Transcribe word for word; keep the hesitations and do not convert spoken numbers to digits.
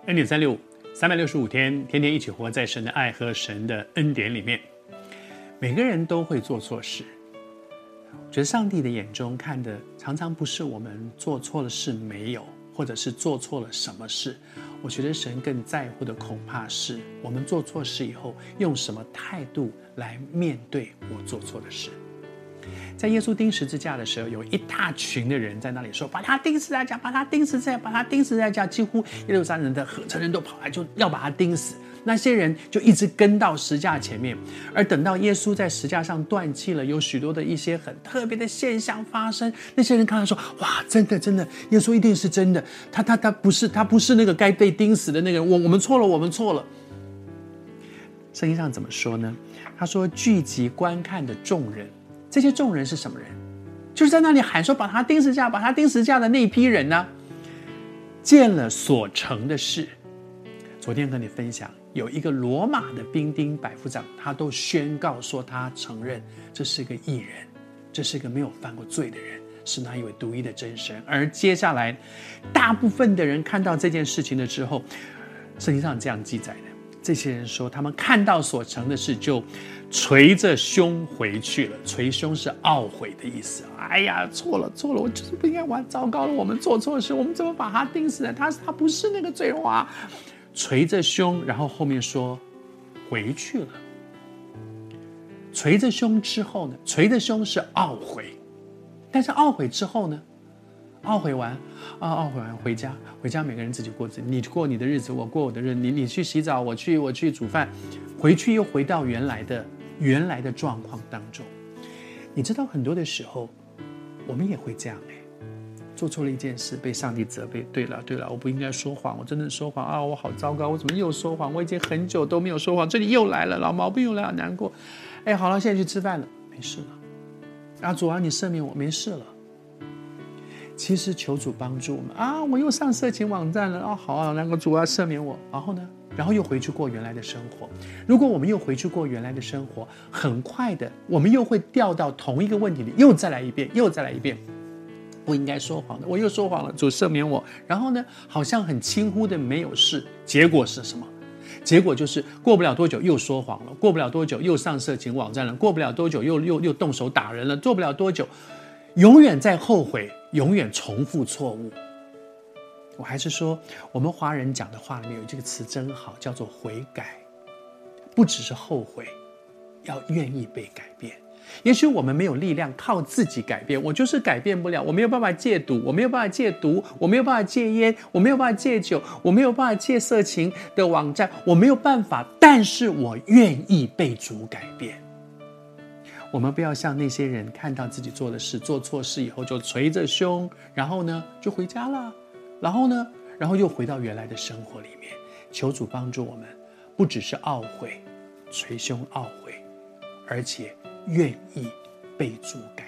恩典三六五，三百六十五天，天天一起活在神的爱和神的恩典里面。每个人都会做错事，我觉得上帝的眼中看的常常不是我们做错了事没有，或者是做错了什么事。我觉得神更在乎的恐怕是我们做错事以后用什么态度来面对我做错的事。在耶稣钉十字架的时候，有一大群的人在那里说，把他钉十字架，把他钉十字架，把他钉十字架，几乎耶路撒冷的合成人都跑来就要把他钉死。那些人就一直跟到十字架前面，而等到耶稣在十字架上断气了，有许多的一些很特别的现象发生。那些人看到说，哇，真的真的，耶稣一定是真的，他他他不是他不是那个该被钉死的那个人，我我们错了，我们错了。圣经上怎么说呢？他说，聚集观看的众人，这些众人是什么人？就是在那里喊说把他钉十字架，把他钉十字架的那一批人呢，见了所成的事。昨天跟你分享，有一个罗马的兵丁百夫长，他都宣告说他承认这是个义人，这是个没有犯过罪的人，是那一位独一的真神。而接下来大部分的人看到这件事情了之后，圣经上这样记载的，这些人说他们看到所成的事就捶着胸回去了。捶胸是懊悔的意思。哎呀，错了错了，我就是不应该玩，糟糕了，我们做错事，我们怎么把他钉死了？他他不是那个罪人啊！捶着胸，然后后面说回去了。捶着胸之后呢？捶着胸是懊悔，但是懊悔之后呢？懊悔完啊，懊悔完回家，回家每个人自己过自己，你过你的日子，我过我的日子，你你去洗澡，我去我去煮饭，回去又回到原来的原来的状况当中。你知道很多的时候，我们也会这样哎。做错了一件事，被上帝责备。对了，对了，我不应该说谎，我真的说谎啊！我好糟糕，我怎么又说谎？我已经很久都没有说谎，这里又来了，老毛病又来了，难过。哎，好了，现在去吃饭了，没事了。啊，主啊，你赦免我，没事了。其实求主帮助我们啊！我又上色情网站了啊！好啊，那个主啊，赦免我。然后呢？然后又回去过原来的生活。如果我们又回去过原来的生活，很快的，我们又会掉到同一个问题里，又再来一遍，又再来一遍。不应该说谎的，我又说谎了，主赦免我。然后呢，好像很轻忽的没有事，结果是什么？结果就是过不了多久又说谎了，过不了多久又上色情网站了，过不了多久又又又动手打人了，做不了多久，永远在后悔，永远重复错误。我还是说，我们华人讲的话里面有这个词真好，叫做悔改，不只是后悔，要愿意被改变。也许我们没有力量靠自己改变，我就是改变不了，我没有办法戒赌，我没有办法戒毒，我没有办法戒烟，我没有办法戒酒，我没有办法戒色情的网站，我没有办法，但是我愿意被主改变。我们不要像那些人，看到自己做的事，做错事以后就捶着胸，然后呢就回家了，然后呢然后又回到原来的生活里面。求主帮助我们，不只是懊悔，捶胸懊悔，而且愿意被主改